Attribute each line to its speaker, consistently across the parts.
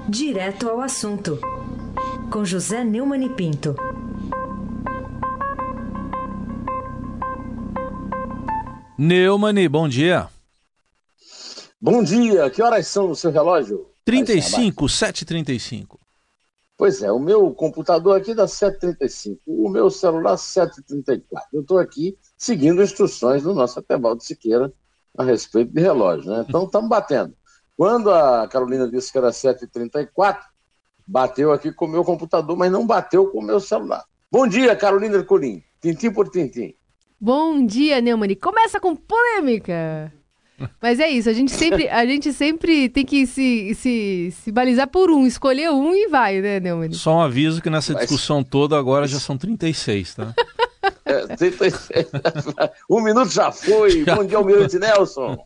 Speaker 1: Direto ao assunto, com José Neumann e Pinto.
Speaker 2: Neumann, bom dia.
Speaker 3: Bom dia, que horas são no seu relógio?
Speaker 2: 35, 7h35.
Speaker 3: Pois é, o meu computador aqui dá 7h35, o meu celular 7h34. Eu estou aqui seguindo instruções do nosso Atevaldo Siqueira a respeito de relógio, né? Então estamos batendo. Quando a Carolina disse que era 7h34, bateu aqui com o meu computador, mas não bateu com o meu celular. Bom dia, Carolina Ercolim, tintim por tintim.
Speaker 4: Bom dia, Neumann. Começa com polêmica. Mas é isso, a gente sempre tem que se balizar por um, escolher um e vai, né, Neumann?
Speaker 2: Só um aviso que nessa discussão toda agora já são 36, tá?
Speaker 3: 36. Um minuto já foi. Bom dia, Almirante Nelson.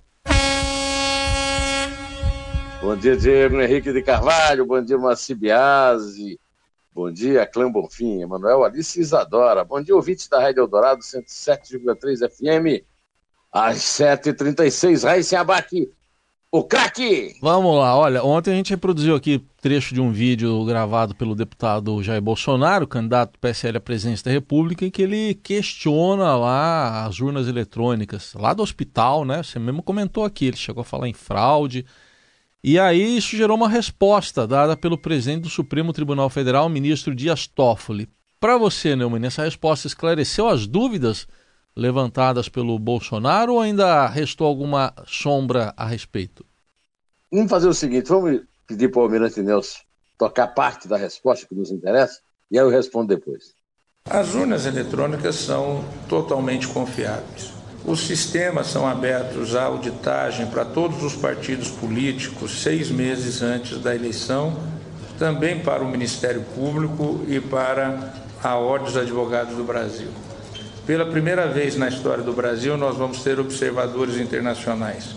Speaker 3: Bom dia, Diego Henrique de Carvalho. Bom dia, Maci Biasi. Bom dia, Clã Bonfim, Emanuel Alice Isadora. Bom dia, ouvintes da Rádio Eldorado 107,3 FM. Às 7h36, Raíssa Abac, o craque!
Speaker 2: Vamos lá, olha, ontem a gente reproduziu aqui trecho de um vídeo gravado pelo deputado Jair Bolsonaro, candidato do PSL à presidência da República, em que ele questiona lá as urnas eletrônicas, lá do hospital, né? Você mesmo comentou aqui, ele chegou a falar em fraude. E aí isso gerou uma resposta dada pelo presidente do Supremo Tribunal Federal, ministro Dias Toffoli. Para você, Neumann, essa resposta esclareceu as dúvidas levantadas pelo Bolsonaro ou ainda restou alguma sombra a respeito?
Speaker 3: Vamos fazer o seguinte, vamos pedir para o Almirante Nelson tocar parte da resposta que nos interessa e aí eu respondo depois.
Speaker 5: As urnas eletrônicas são totalmente confiáveis. Os sistemas são abertos à auditagem para todos os partidos políticos 6 meses antes da eleição, também para o Ministério Público e para a Ordem dos Advogados do Brasil. Pela primeira vez na história do Brasil, nós vamos ter observadores internacionais.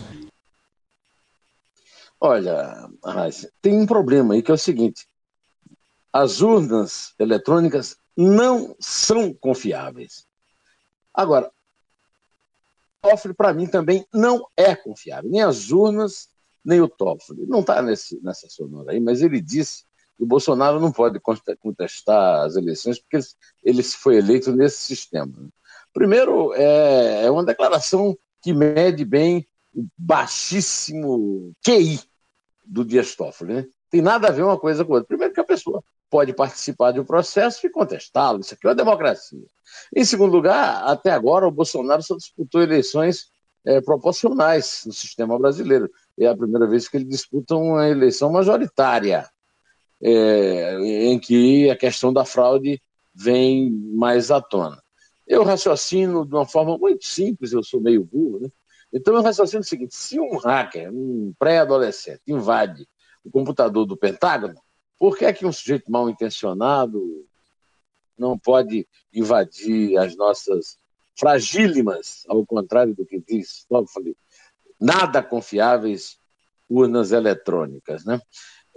Speaker 3: Olha, tem um problema aí que é o seguinte: as urnas eletrônicas não são confiáveis. Agora, o Toffoli, para mim, também não é confiável. Nem as urnas, nem o Toffoli. Não está nessa sonora aí, mas ele disse que o Bolsonaro não pode contestar as eleições porque ele foi eleito nesse sistema. Primeiro, é uma declaração que mede bem o baixíssimo QI do Dias Toffoli, né? Tem nada a ver uma coisa com a outra. Primeiro que a pessoa pode participar de um processo e contestá-lo. Isso aqui é uma democracia. Em segundo lugar, até agora o Bolsonaro só disputou eleições proporcionais no sistema brasileiro. É a primeira vez que ele disputa uma eleição majoritária, em que a questão da fraude vem mais à tona. Eu raciocino de uma forma muito simples, eu sou meio burro, né? Então eu raciocino o seguinte: se um hacker, um pré-adolescente, invade o computador do Pentágono, por que é que um sujeito mal intencionado não pode invadir as nossas fragílimas, ao contrário do que diz Toffoli, nada confiáveis urnas eletrônicas, né?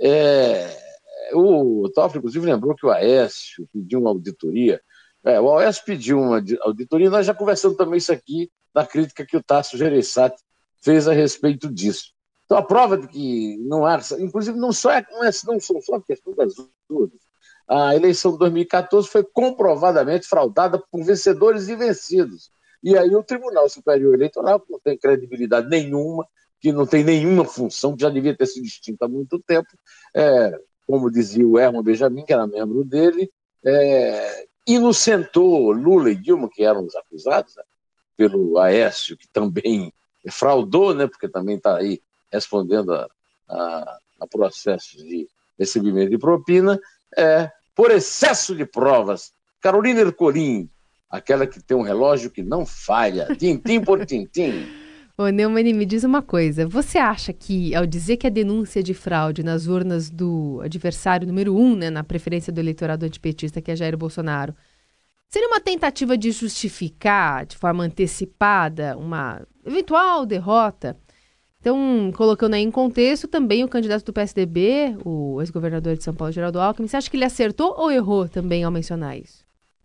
Speaker 3: O Toffoli, inclusive, lembrou que o Aécio pediu uma auditoria. O Aécio pediu uma auditoria, nós já conversamos também isso aqui, da crítica que o Tasso Gereissati fez a respeito disso. Então, a prova de que não há, inclusive, não são só a questão das urnas. A eleição de 2014 foi comprovadamente fraudada por vencedores e vencidos. E aí o Tribunal Superior Eleitoral, que não tem credibilidade nenhuma, que não tem nenhuma função, que já devia ter sido extinta há muito tempo, como dizia o Herman Benjamin, que era membro dele, inocentou Lula e Dilma, que eram os acusados, né, pelo Aécio, que também fraudou, né, porque também está aí respondendo a processos de recebimento de propina, por excesso de provas. Carolina Ercolim, aquela que tem um relógio que não falha, tintim por tintim.
Speaker 4: Ô, Neumann, me diz uma coisa. Você acha que, ao dizer que a denúncia de fraude nas urnas do adversário número 1, né, na preferência do eleitorado antipetista, que é Jair Bolsonaro, seria uma tentativa de justificar, de forma antecipada, uma eventual derrota? Então, colocando aí em contexto, também o candidato do PSDB, o ex-governador de São Paulo, Geraldo Alckmin, você acha que ele acertou ou errou também ao mencionar isso?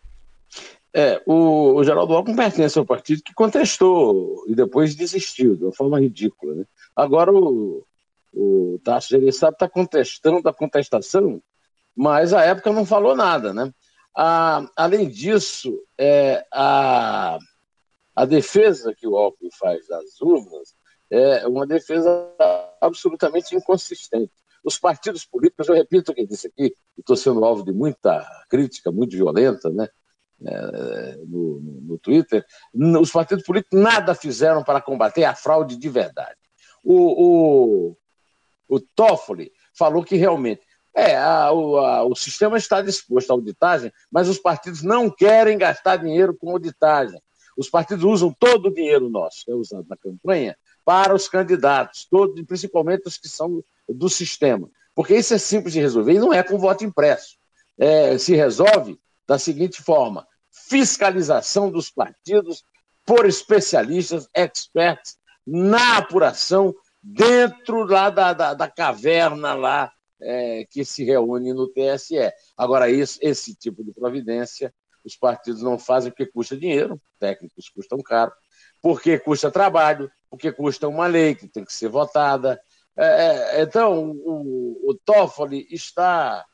Speaker 3: O Geraldo Alckmin pertence ao partido que contestou e depois desistiu, de uma forma ridícula, né? Agora, o o Tasso Gereissati está contestando a contestação, mas à época não falou nada, né? Além disso, a defesa que o Alckmin faz das urnas é uma defesa absolutamente inconsistente. Os partidos políticos, eu repito o que eu disse aqui, estou sendo alvo de muita crítica, muito violenta, né, no Twitter, os partidos políticos nada fizeram para combater a fraude de verdade. O Toffoli falou que realmente o sistema está disposto à auditagem, mas os partidos não querem gastar dinheiro com auditagem. Os partidos usam todo o dinheiro nosso, que é usado na campanha, para os candidatos, principalmente os que são do sistema. Porque isso é simples de resolver e não é com voto impresso. Se resolve da seguinte forma: fiscalização dos partidos por especialistas, experts, na apuração, dentro lá da caverna lá, que se reúne no TSE. Agora, esse tipo de providência os partidos não fazem porque custa dinheiro, técnicos custam caro, porque custa trabalho, porque custa uma lei que tem que ser votada. Então, o Toffoli está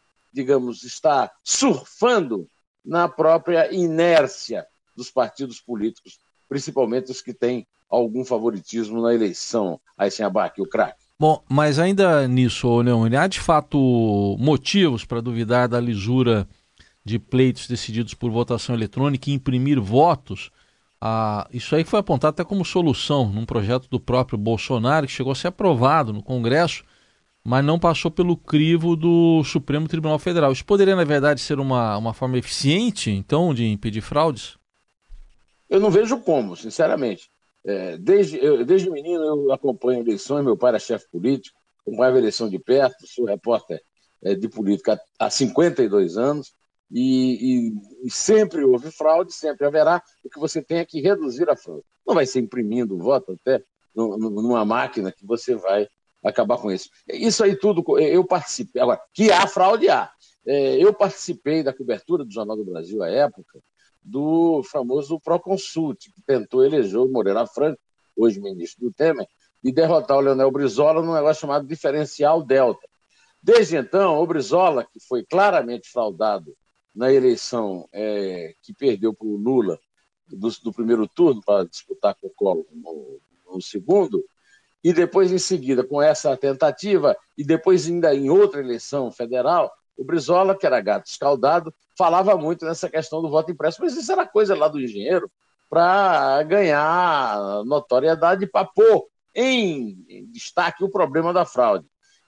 Speaker 3: surfando na própria inércia dos partidos políticos, principalmente os que têm algum favoritismo na eleição. Aí, sem abaque, o craque.
Speaker 2: Bom, mas ainda nisso, Leone, há de fato motivos para duvidar da lisura de pleitos decididos por votação eletrônica e imprimir votos? Isso aí foi apontado até como solução num projeto do próprio Bolsonaro, que chegou a ser aprovado no Congresso, mas não passou pelo crivo do Supremo Tribunal Federal. Isso poderia, na verdade, ser uma forma eficiente, então, de impedir fraudes?
Speaker 3: Eu não vejo como, sinceramente. Desde menino eu acompanho eleições, meu pai era chefe político, acompanhava a eleição de perto, sou repórter de política há 52 anos, e sempre houve fraude, sempre haverá. O que você tem é que reduzir a fraude. Não vai ser imprimindo o voto até numa máquina que você vai acabar com isso. Isso aí tudo, eu participei. Agora, que há fraude, há. Eu participei da cobertura do Jornal do Brasil à época, do famoso Proconsult, que tentou eleger o Moreira Franco, hoje ministro do Temer, e derrotar o Leonel Brizola num negócio chamado diferencial Delta. Desde então, o Brizola, que foi claramente fraudado na eleição que perdeu para o Lula do primeiro turno, para disputar com o Collor no segundo, e depois, em seguida, com essa tentativa, e depois ainda em outra eleição federal, o Brizola, que era gato escaldado, falava muito nessa questão do voto impresso, mas isso era coisa lá do engenheiro para ganhar notoriedade, para pôr em destaque o problema da fraude.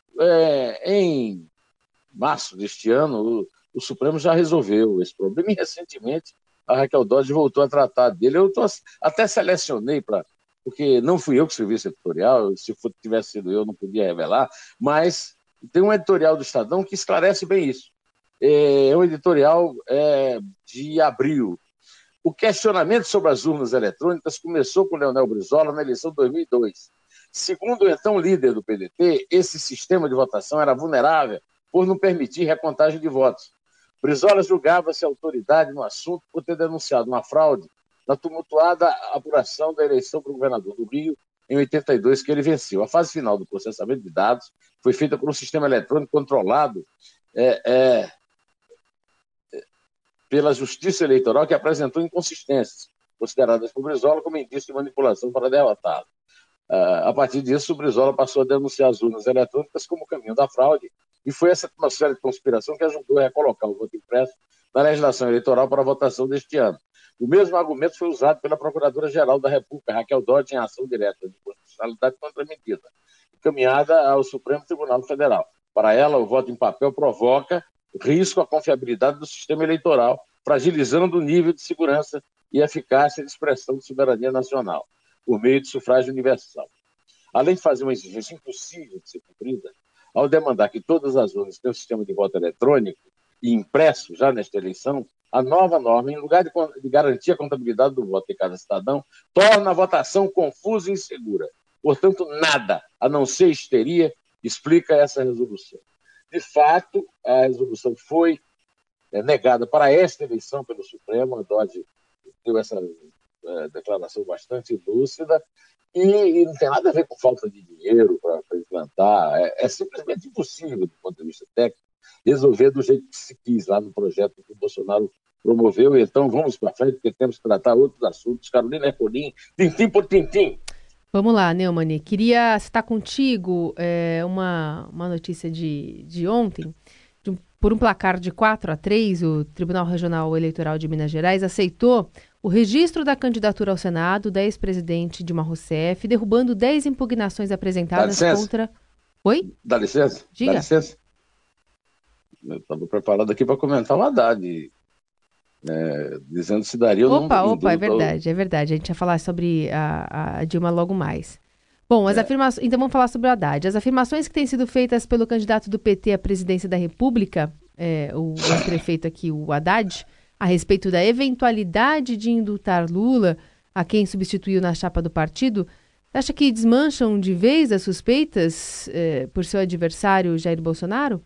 Speaker 3: Em março deste ano, o Supremo já resolveu esse problema e, recentemente, a Raquel Dodge voltou a tratar dele. Eu até selecionei porque não fui eu que escrevi esse editorial, se tivesse sido eu, não podia revelar, mas tem um editorial do Estadão que esclarece bem isso. É um editorial de abril. O questionamento sobre as urnas eletrônicas começou com Leonel Brizola na eleição de 2002. Segundo o então líder do PDT, esse sistema de votação era vulnerável por não permitir recontagem de votos. Brizola julgava-se autoridade no assunto por ter denunciado uma fraude na tumultuada apuração da eleição para o governador do Rio em 82, que ele venceu. A fase final do processamento de dados foi feita por um sistema eletrônico controlado pela Justiça Eleitoral, que apresentou inconsistências, consideradas por Brizola como indício de manipulação para derrotá-lo. A partir disso, o Brizola passou a denunciar as urnas eletrônicas como caminho da fraude, e foi essa atmosfera de conspiração que ajudou a recolocar o voto impresso na legislação eleitoral para a votação deste ano. O mesmo argumento foi usado pela Procuradora-Geral da República, Raquel Dodge, em ação direta de constitucionalidade contra a medida, encaminhada ao Supremo Tribunal Federal. Para ela, o voto em papel provoca risco à confiabilidade do sistema eleitoral, fragilizando o nível de segurança e eficácia de expressão de soberania nacional, por meio de sufrágio universal. Além de fazer uma exigência impossível de ser cumprida, ao demandar que todas as urnas tenham um sistema de voto eletrônico e impresso já nesta eleição, a nova norma, em lugar de garantir a contabilidade do voto de cada cidadão, torna a votação confusa e insegura. Portanto, nada, a não ser histeria, explica essa resolução. De fato, a resolução foi negada para esta eleição pelo Supremo. A Dodge deu essa declaração bastante lúcida E não tem nada a ver com falta de dinheiro para implantar. É simplesmente impossível, do ponto de vista técnico, resolver do jeito que se quis lá no projeto que o Bolsonaro promoveu. Então vamos para frente, porque temos que tratar outros assuntos. Carolina Ercolim, tintim por tintim.
Speaker 4: Vamos lá, Neumann. Queria citar contigo uma notícia de ontem. Por um placar de 4-3, o Tribunal Regional Eleitoral de Minas Gerais aceitou o registro da candidatura ao Senado da ex-presidente Dilma Rousseff, derrubando 10 impugnações apresentadas contra... Oi?
Speaker 3: Dá licença?
Speaker 4: Diga.
Speaker 3: Dá licença? Eu estava preparado aqui para comentar o Haddad, dizendo se daria ou não.
Speaker 4: Opa, é verdade. A gente ia falar sobre a Dilma logo mais. Bom, então vamos falar sobre o Haddad. As afirmações que têm sido feitas pelo candidato do PT à presidência da República, o ex-prefeito aqui, o Haddad, a respeito da eventualidade de indultar Lula, a quem substituiu na chapa do partido, acha que desmancham de vez as suspeitas por seu adversário Jair Bolsonaro?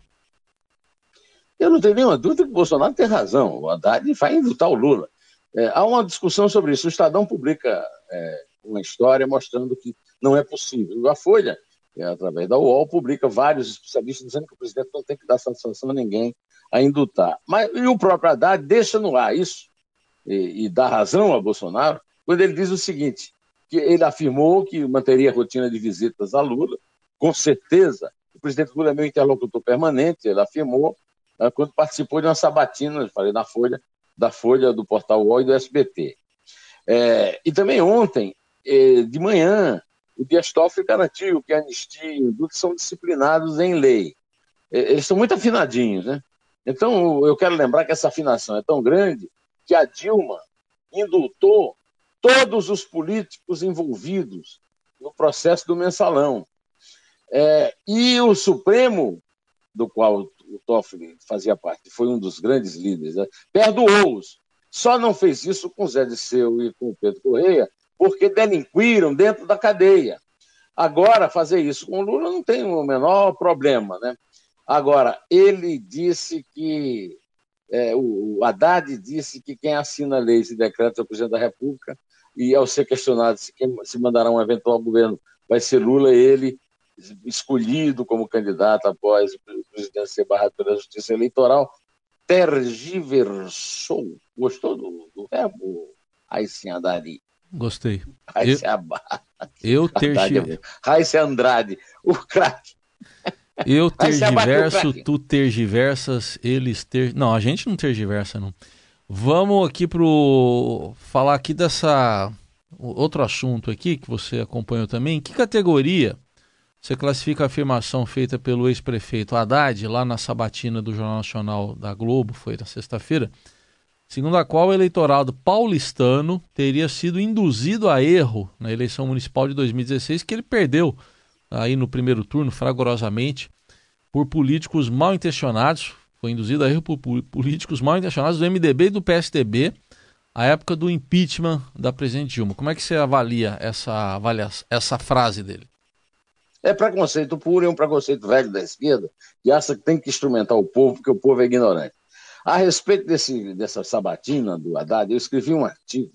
Speaker 3: Eu não tenho nenhuma dúvida que o Bolsonaro tem razão. O Haddad vai indultar o Lula. Há uma discussão sobre isso. O Estadão publica uma história mostrando que não é possível. A Folha, através da UOL, publica vários especialistas dizendo que o presidente não tem que dar satisfação a ninguém a indultar. E o próprio Haddad deixa no ar isso e dá razão a Bolsonaro quando ele diz o seguinte, que ele afirmou que manteria a rotina de visitas a Lula, com certeza. O presidente Lula é meu interlocutor permanente, ele afirmou, quando participou de uma sabatina, eu falei da Folha, do Portal UOL e do SBT. E também ontem, de manhã, o Dias Toffoli garantiu que a anistia e o indulto são disciplinados em lei. Eles estão muito afinadinhos, né? Então, eu quero lembrar que essa afinação é tão grande que a Dilma indultou todos os políticos envolvidos no processo do Mensalão. E o Supremo, do qual o Toffoli fazia parte, foi um dos grandes líderes, né? Perdoou-os. Só não fez isso com Zé Disseu e com Pedro Correia, porque delinquiram dentro da cadeia. Agora, fazer isso com o Lula não tem o menor problema, né? Agora, ele disse que... o Haddad disse que quem assina leis e decretos é o presidente da República, e ao ser questionado se mandará um eventual governo vai ser Lula, ele escolhido como candidato após o presidente ser barrado pela Justiça Eleitoral, tergiversou. Gostou do verbo? Aí-se Haddad.
Speaker 2: Gostei.
Speaker 3: Raíssa Andrade, o craque.
Speaker 2: Eu tergiverso, tu tergiversas, eles Não, a gente não tergiversa, não. Vamos aqui falar aqui dessa... Outro assunto aqui que você acompanhou também. Em que categoria você classifica a afirmação feita pelo ex-prefeito Haddad, lá na sabatina do Jornal Nacional da Globo, foi na sexta-feira, segundo a qual o eleitorado paulistano teria sido induzido a erro na eleição municipal de 2016, que ele perdeu aí no primeiro turno, fragorosamente, por políticos mal intencionados, foi induzido a erro por políticos mal intencionados do MDB e do PSDB, à época do impeachment da presidente Dilma. Como é que você avalia essa frase dele?
Speaker 3: É preconceito puro, é um preconceito velho da esquerda, que acha que tem que instrumentar o povo, porque o povo é ignorante. A respeito dessa sabatina do Haddad, eu escrevi um artigo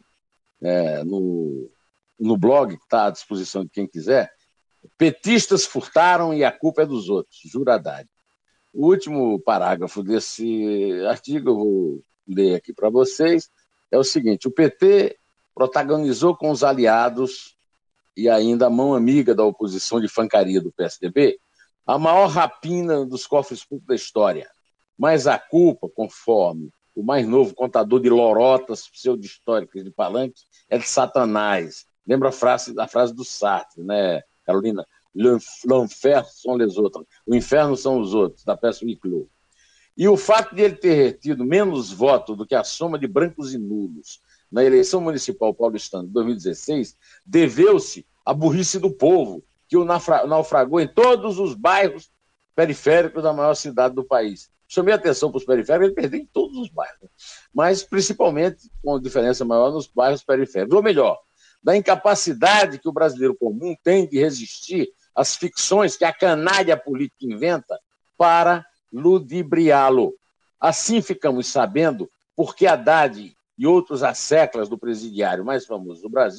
Speaker 3: no blog, que está à disposição de quem quiser. Petistas furtaram e a culpa é dos outros, jura Haddad. O último parágrafo desse artigo, eu vou ler aqui para vocês, é o seguinte: o PT protagonizou com os aliados e ainda a mão amiga da oposição de fancaria do PSDB a maior rapina dos cofres públicos da história. Mas a culpa, conforme o mais novo contador de lorotas pseudo-históricas de Palanque, é de Satanás. Lembra a frase do Sartre, né, Carolina? L'enfer sont les autres. O inferno são os outros, da peça Wicklow. E o fato de ele ter tido menos votos do que a soma de brancos e nulos na eleição municipal paulistana de 2016 deveu-se à burrice do povo, que o naufragou em todos os bairros periféricos da maior cidade do país. Chamei a atenção para os periféricos, ele perdeu em todos os bairros, mas principalmente com diferença maior nos bairros periféricos. Ou melhor, da incapacidade que o brasileiro comum tem de resistir às ficções que a canalha política inventa para ludibriá-lo. Assim ficamos sabendo porque Haddad e outros asseclas do presidiário mais famoso do Brasil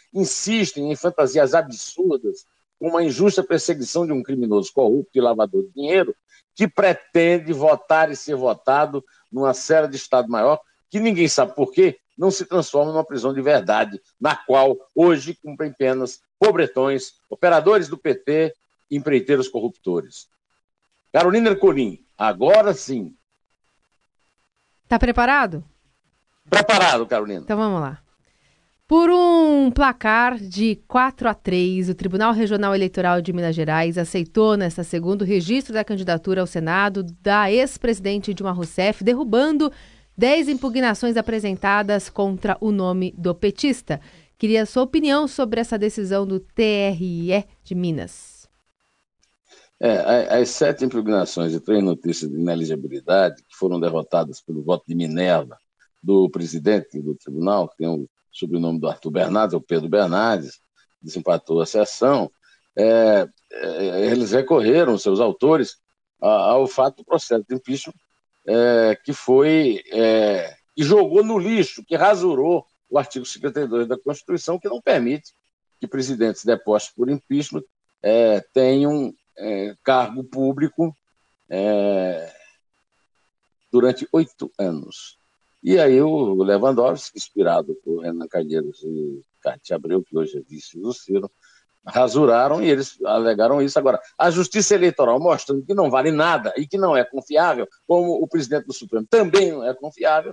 Speaker 3: insistem em fantasias absurdas com uma injusta perseguição de um criminoso corrupto e lavador de dinheiro que pretende votar e ser votado numa cela de Estado-Maior que ninguém sabe por quê, não se transforma numa prisão de verdade, na qual hoje cumprem penas pobretões, operadores do PT e empreiteiros corruptores. Carolina Ercolim, agora sim.
Speaker 4: Tá preparado?
Speaker 3: Preparado, Carolina.
Speaker 4: Então vamos lá. Por um placar de 4-3, o Tribunal Regional Eleitoral de Minas Gerais aceitou nesta segunda o registro da candidatura ao Senado da ex-presidente Dilma Rousseff, derrubando 10 impugnações apresentadas contra o nome do petista. Queria a sua opinião sobre essa decisão do TRE de Minas.
Speaker 3: As 7 impugnações e 3 notícias de inelegibilidade que foram derrotadas pelo voto de Minerva do presidente do tribunal, que tem o sobrenome do Arthur Bernardes, o Pedro Bernardes, desempatou a sessão, eles recorreram, seus autores, ao fato do processo de impeachment, que foi, que jogou no lixo, que rasurou o artigo 52 da Constituição, que não permite que presidentes depostos por impeachment tenham cargo público durante 8 anos. E aí o Lewandowski, inspirado por Renan Calheiros e Cátia Abreu, que hoje é vice do Ciro, rasuraram e eles alegaram isso. Agora, a Justiça Eleitoral, mostrando que não vale nada e que não é confiável, como o presidente do Supremo também não é confiável,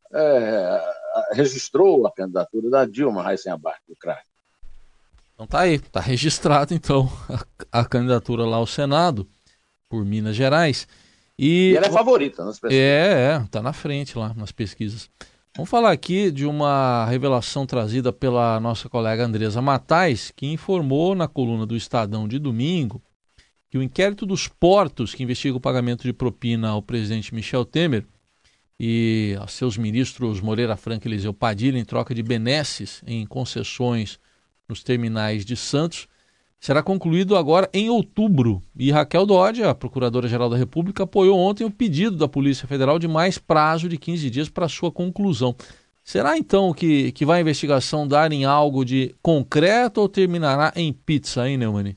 Speaker 3: registrou a candidatura da Dilma Raíssen Abac, do CRAI.
Speaker 2: Então tá aí, tá registrado então a candidatura lá ao Senado por Minas Gerais. E
Speaker 3: ela é favorita nas pesquisas.
Speaker 2: Tá na frente lá nas pesquisas. Vamos falar aqui de uma revelação trazida pela nossa colega Andresa Matais, que informou na coluna do Estadão de domingo que o inquérito dos portos, que investiga o pagamento de propina ao presidente Michel Temer e aos seus ministros Moreira Franco e Eliseu Padilha em troca de benesses em concessões nos terminais de Santos, será concluído agora em outubro. E Raquel Dodge, a Procuradora-Geral da República, apoiou ontem o pedido da Polícia Federal de mais prazo de 15 dias para sua conclusão. Será então que vai a investigação dar em algo de concreto ou terminará em pizza, hein, Neumann?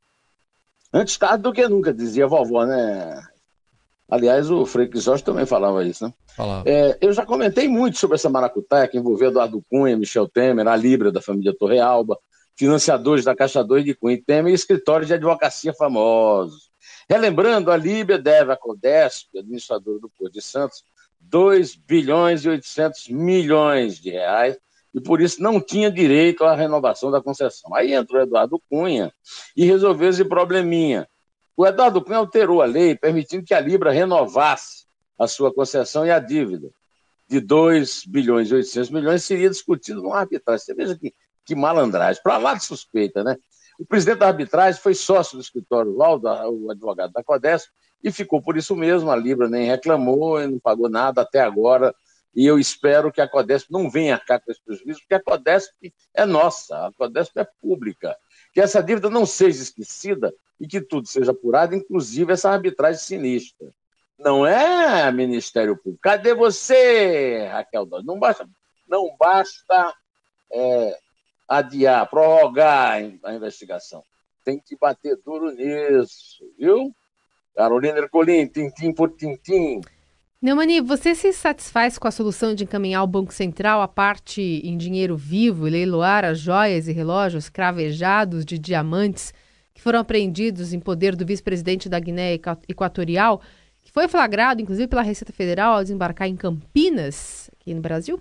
Speaker 3: Antes tarde do que nunca, dizia a vovó, né? Aliás, o Frei Crisóstomo também falava isso, né?
Speaker 2: Falava.
Speaker 3: Eu já comentei muito sobre essa maracutaia que envolveu Eduardo Cunha, Michel Temer, a Libra da família Torrealba, financiadores da Caixa 2 de Cunha e Temer e escritórios de advocacia famosos. Relembrando, a Líbia deve à Codesp, administradora do Porto de Santos, 2 bilhões e 800 milhões de reais, e por isso não tinha direito à renovação da concessão. Aí entrou o Eduardo Cunha e resolveu esse probleminha. O Eduardo Cunha alterou a lei, permitindo que a Libra renovasse a sua concessão e a dívida de 2 bilhões e 800 milhões seria discutido numa arbitragem. Você veja que malandragem, para lá de suspeita, né? O presidente da arbitragem foi sócio do escritório Laudo, o advogado da Codesp, e ficou por isso mesmo. A Libra nem reclamou e não pagou nada até agora. E eu espero que a Codesp não venha cá com esse prejuízo, porque a Codesp é nossa, a Codesp é pública. Que essa dívida não seja esquecida e que tudo seja apurado, inclusive essa arbitragem sinistra. Não é Ministério Público. Cadê você, Raquel Dodge? Não basta adiar, prorrogar a investigação. Tem que bater duro nisso, viu? Carolina Ercolim, tintim por tintim.
Speaker 4: Neumani, você se satisfaz com a solução de encaminhar ao Banco Central a parte em dinheiro vivo e leiloar as joias e relógios cravejados de diamantes que foram apreendidos em poder do vice-presidente da Guiné Equatorial, que foi flagrado, inclusive, pela Receita Federal ao desembarcar em Campinas, aqui no Brasil?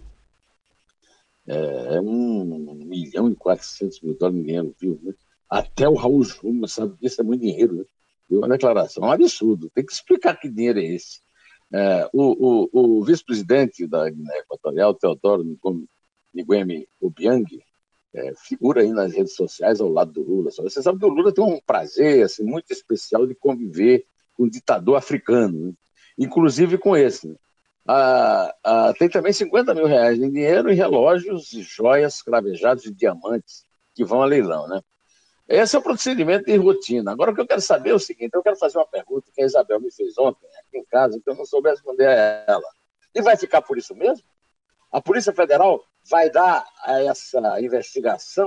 Speaker 3: É 1 milhão e 400 mil dólares em dinheiro vivo, né? Até o Raul Juma sabe que isso é muito dinheiro, né? Deu uma declaração, é um absurdo. Tem que explicar que dinheiro é esse. O vice-presidente da Guiné Equatorial, Teodoro Nguema Obiang, figura aí nas redes sociais ao lado do Lula. Você sabe que o Lula tem um prazer assim, muito especial de conviver com um ditador africano, né? Inclusive com esse. Né? Tem também 50 mil reais em dinheiro em relógios e joias cravejados de diamantes que vão a leilão, né? Esse é o procedimento de rotina. Agora, o que eu quero saber é o seguinte, eu quero fazer uma pergunta que a Isabel me fez ontem, aqui em casa, que eu não soube responder a ela. E vai ficar por isso mesmo? A Polícia Federal vai dar a essa investigação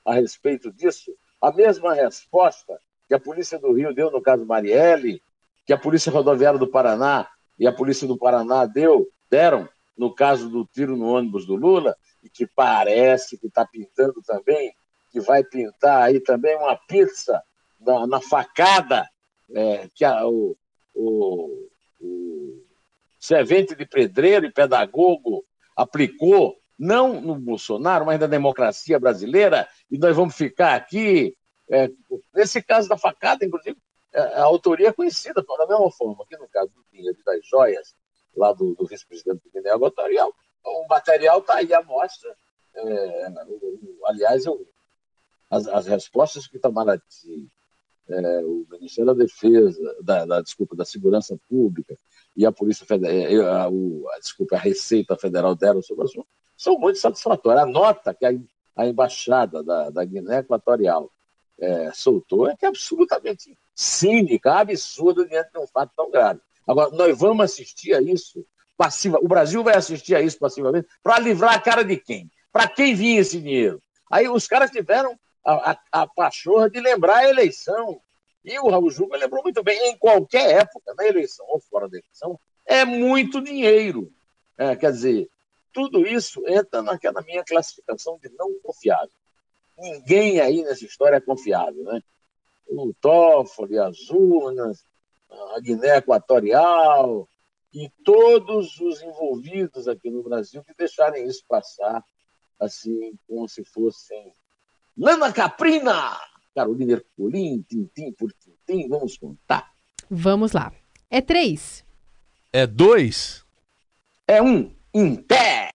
Speaker 3: a respeito disso, a mesma resposta que a Polícia do Rio deu no caso Marielle, que a Polícia Rodoviária do Paraná e a Polícia do Paraná deram no caso do tiro no ônibus do Lula, e que parece que está pintando também, que vai pintar aí também uma pizza na facada que o servente de pedreiro e pedagogo aplicou, não no Bolsonaro, mas na democracia brasileira, e nós vamos ficar aqui. Nesse caso da facada, inclusive, a autoria é conhecida, da mesma forma que no caso do dinheiro das joias, lá do vice-presidente do Guiné Equatorial, o material está aí à mostra. Aliás, as respostas que Itamaraty, o Ministério da Defesa, da Segurança Pública e a Polícia Federal, a Receita Federal deram sobre o assunto, são muito satisfatórias. A nota que a Embaixada da Guiné Equatorial soltou que é absolutamente cínica, absurda diante de um fato tão grave. Agora, nós vamos assistir a isso passiva. O Brasil vai assistir a isso passivamente para livrar a cara de quem? Para quem vinha esse dinheiro? Aí os caras tiveram a pachorra de lembrar a eleição. E o Raul Juba lembrou muito bem, em qualquer época, na eleição ou fora da eleição, é muito dinheiro. Quer dizer, tudo isso entra naquela minha classificação de não confiável. Ninguém aí nessa história é confiável, né? O Toffoli, as urnas, a Guiné Equatorial e todos os envolvidos aqui no Brasil que deixarem isso passar assim, como se fossem Lana Caprina, Carolina Ercolim, tintim por tintim. Vamos contar.
Speaker 4: Vamos lá. É 3.
Speaker 2: É 2.
Speaker 3: É 1. Em pé.